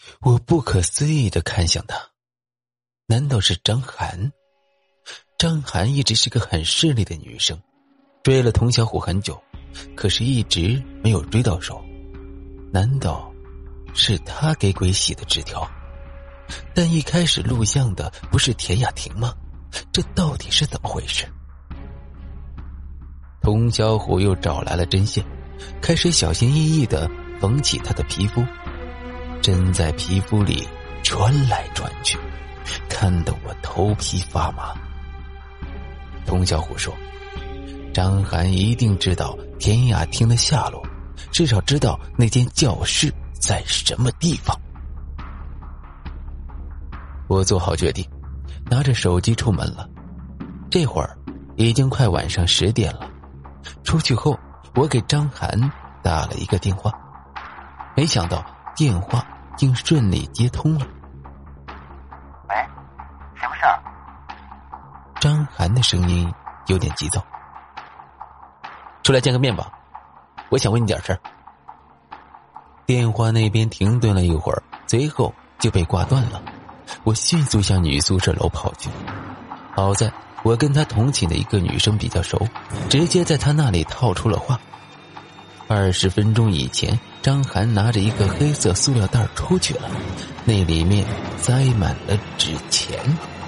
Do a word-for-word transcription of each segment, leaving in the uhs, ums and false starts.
我不可思议地看向他，难道是张涵？张涵一直是个很势利的女生，追了童小虎很久，可是一直没有追到手。难道是他给鬼洗的纸条？但一开始录像的不是田雅婷吗？这到底是怎么回事？童小虎又找来了针线，开始小心翼翼地缝起他的皮肤，针在皮肤里穿来穿去，看得我头皮发麻。童小虎说，张涵一定知道田雅婷的下落，至少知道那间教室在什么地方。我做好决定，拿着手机出门了。这会儿已经快晚上十点了。出去后，我给张涵打了一个电话，没想到电话竟顺利接通了。 喂，什么事儿？ 张涵的声音有点急躁。出来见个面吧，我想问你点事儿。电话那边停顿了一会儿，随后就被挂断了。我迅速向女宿舍楼跑去，好在我跟她同寝的一个女生比较熟，直接在她那里套出了话。二十分钟以前，张涵拿着一个黑色塑料袋出去了，那里面塞满了纸钱。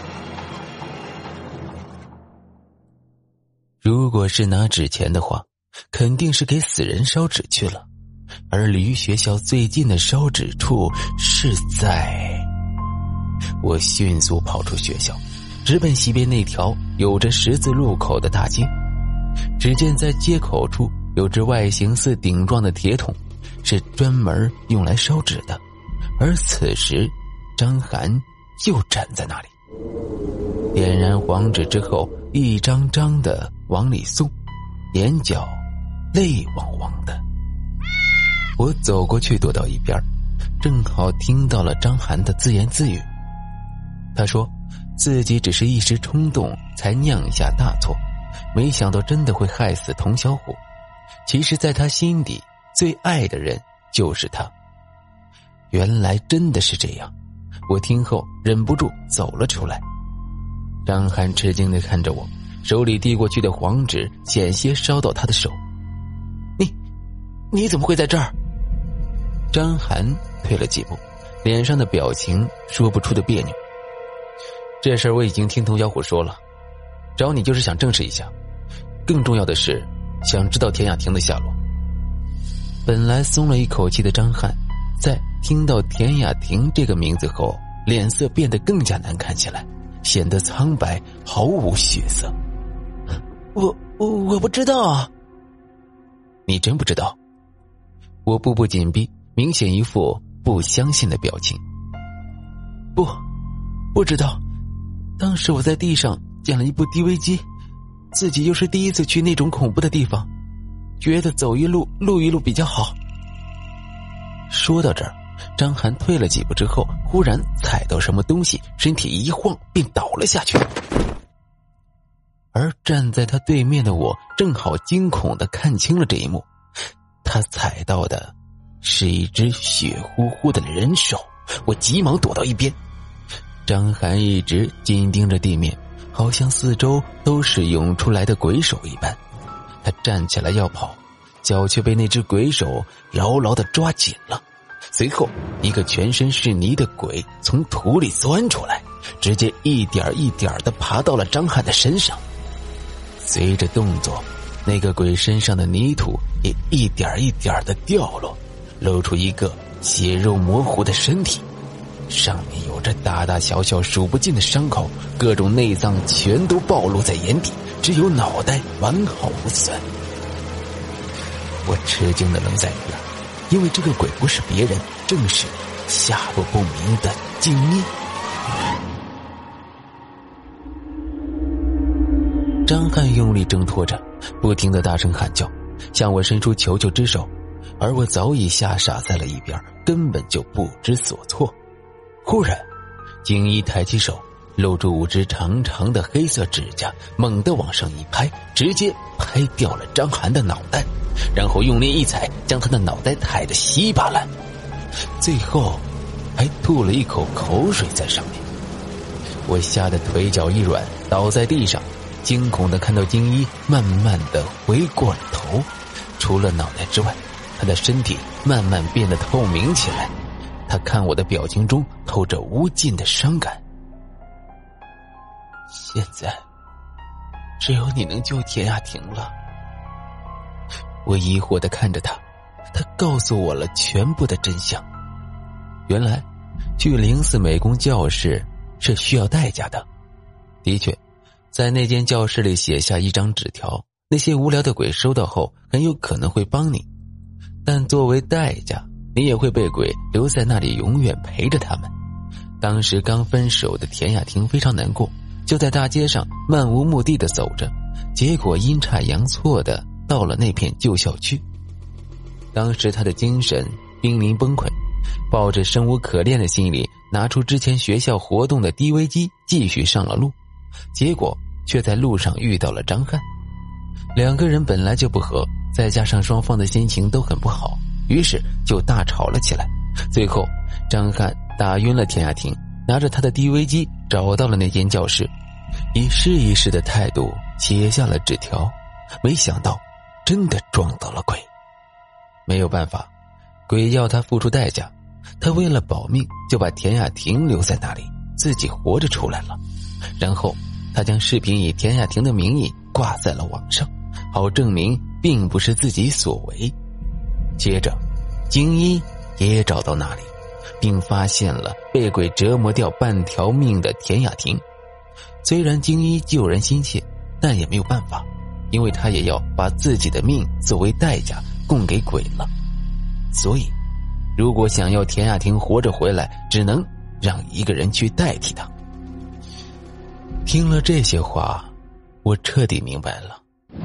如果是拿纸钱的话，肯定是给死人烧纸去了，而离学校最近的烧纸处是在……我迅速跑出学校，直奔西边那条有着十字路口的大街。只见在街口处有只外形似顶状的铁桶，是专门用来烧纸的。而此时张涵就站在那里，点燃黄纸之后，一张张的往里送，眼角泪汪汪的。我走过去躲到一边，正好听到了张涵的自言自语。他说自己只是一时冲动才酿下大错，没想到真的会害死童小虎。其实在他心底最爱的人就是他。原来真的是这样，我听后忍不住走了出来。张涵吃惊地看着我，手里递过去的黄纸险些烧到他的手。你你怎么会在这儿？张涵退了几步，脸上的表情说不出的别扭。这事儿我已经听童小虎说了，找你就是想证实一下，更重要的是想知道田雅婷的下落。本来松了一口气的张翰，在听到田雅婷这个名字后，脸色变得更加难看起来，显得苍白，毫无血色。我我我不知道啊。你真不知道？我步步紧逼，明显一副不相信的表情。不不知道，当时我在地上捡了一部 D V 机，自己又是第一次去那种恐怖的地方，觉得走一路路一路比较好。说到这儿，张涵退了几步之后，忽然踩到什么东西，身体一晃便倒了下去。而站在他对面的我正好惊恐地看清了这一幕，他踩到的是一只血乎乎的人手。我急忙躲到一边。张涵一直紧盯着地面，好像四周都是涌出来的鬼手一般。他站起来要跑，脚却被那只鬼手牢牢地抓紧了。随后一个全身是泥的鬼从土里钻出来，直接一点一点地爬到了张翰的身上。随着动作，那个鬼身上的泥土也一点一点地掉落，露出一个血肉模糊的身体，上面有着大大小小数不尽的伤口，各种内脏全都暴露在眼底，只有脑袋完好无损。我吃惊地愣在一边，因为这个鬼不是别人，正是下落不明的金妮。张翰用力挣脱着，不停地大声喊叫，向我伸出求救之手，而我早已吓傻在了一边，根本就不知所措。忽然金一抬起手，露出五只长长的黑色指甲，猛地往上一拍，直接拍掉了张涵的脑袋，然后用力一踩，将他的脑袋踩得稀巴烂。最后还吐了一口口水在上面。我吓得腿脚一软，倒在地上，惊恐地看到金一慢慢地回过了头，除了脑袋之外，他的身体慢慢变得透明起来。他看我的表情中透着无尽的伤感。现在只有你能救田雅婷了。我疑惑地看着他，他告诉我了全部的真相。原来去零四美工教室是需要代价的。的确，在那间教室里写下一张纸条，那些无聊的鬼收到后很有可能会帮你，但作为代价，你也会被鬼留在那里永远陪着他们。当时刚分手的田雅婷非常难过，就在大街上漫无目的地走着，结果阴差阳错的到了那片旧校区。当时他的精神濒临崩溃，抱着生无可恋的心理，拿出之前学校活动的 D V 机继续上了路，结果却在路上遇到了张翰。两个人本来就不和，再加上双方的心情都很不好，于是就大吵了起来。最后张翰打晕了田雅婷，拿着他的 D V 机找到了那间教室，以试一试的态度写下了纸条，没想到真的撞到了鬼。没有办法，鬼要他付出代价，他为了保命就把田雅婷留在那里，自己活着出来了。然后他将视频以田雅婷的名义挂在了网上，好证明并不是自己所为。接着金一也找到那里，并发现了被鬼折磨掉半条命的田雅婷。虽然金一救人心切，但也没有办法，因为他也要把自己的命作为代价供给鬼了。所以如果想要田雅婷活着回来，只能让一个人去代替她。听了这些话，我彻底明白了。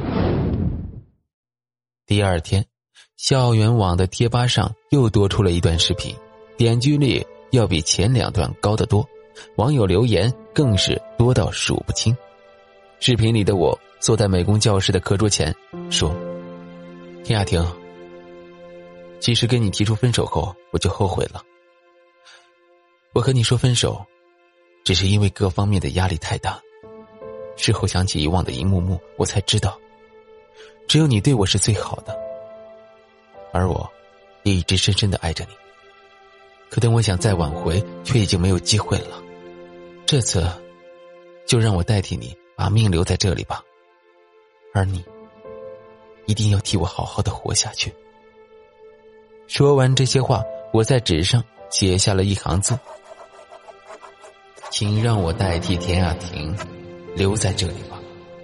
第二天，校园网的贴吧上又多出了一段视频，点击率要比前两段高得多，网友留言更是多到数不清。视频里的我坐在美工教室的课桌前，说：田雅婷，其实跟你提出分手后，我就后悔了。我和你说分手，只是因为各方面的压力太大。事后想起以往的一幕幕，我才知道，只有你对我是最好的，而我也一直深深地爱着你。可等我想再挽回，却已经没有机会了。这次，就让我代替你把命留在这里吧，而你一定要替我好好的活下去。说完这些话，我在纸上写下了一行字：请让我代替田雅婷留在这里吧。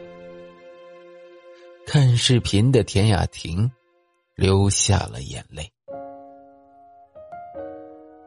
看视频的田雅婷流下了眼泪。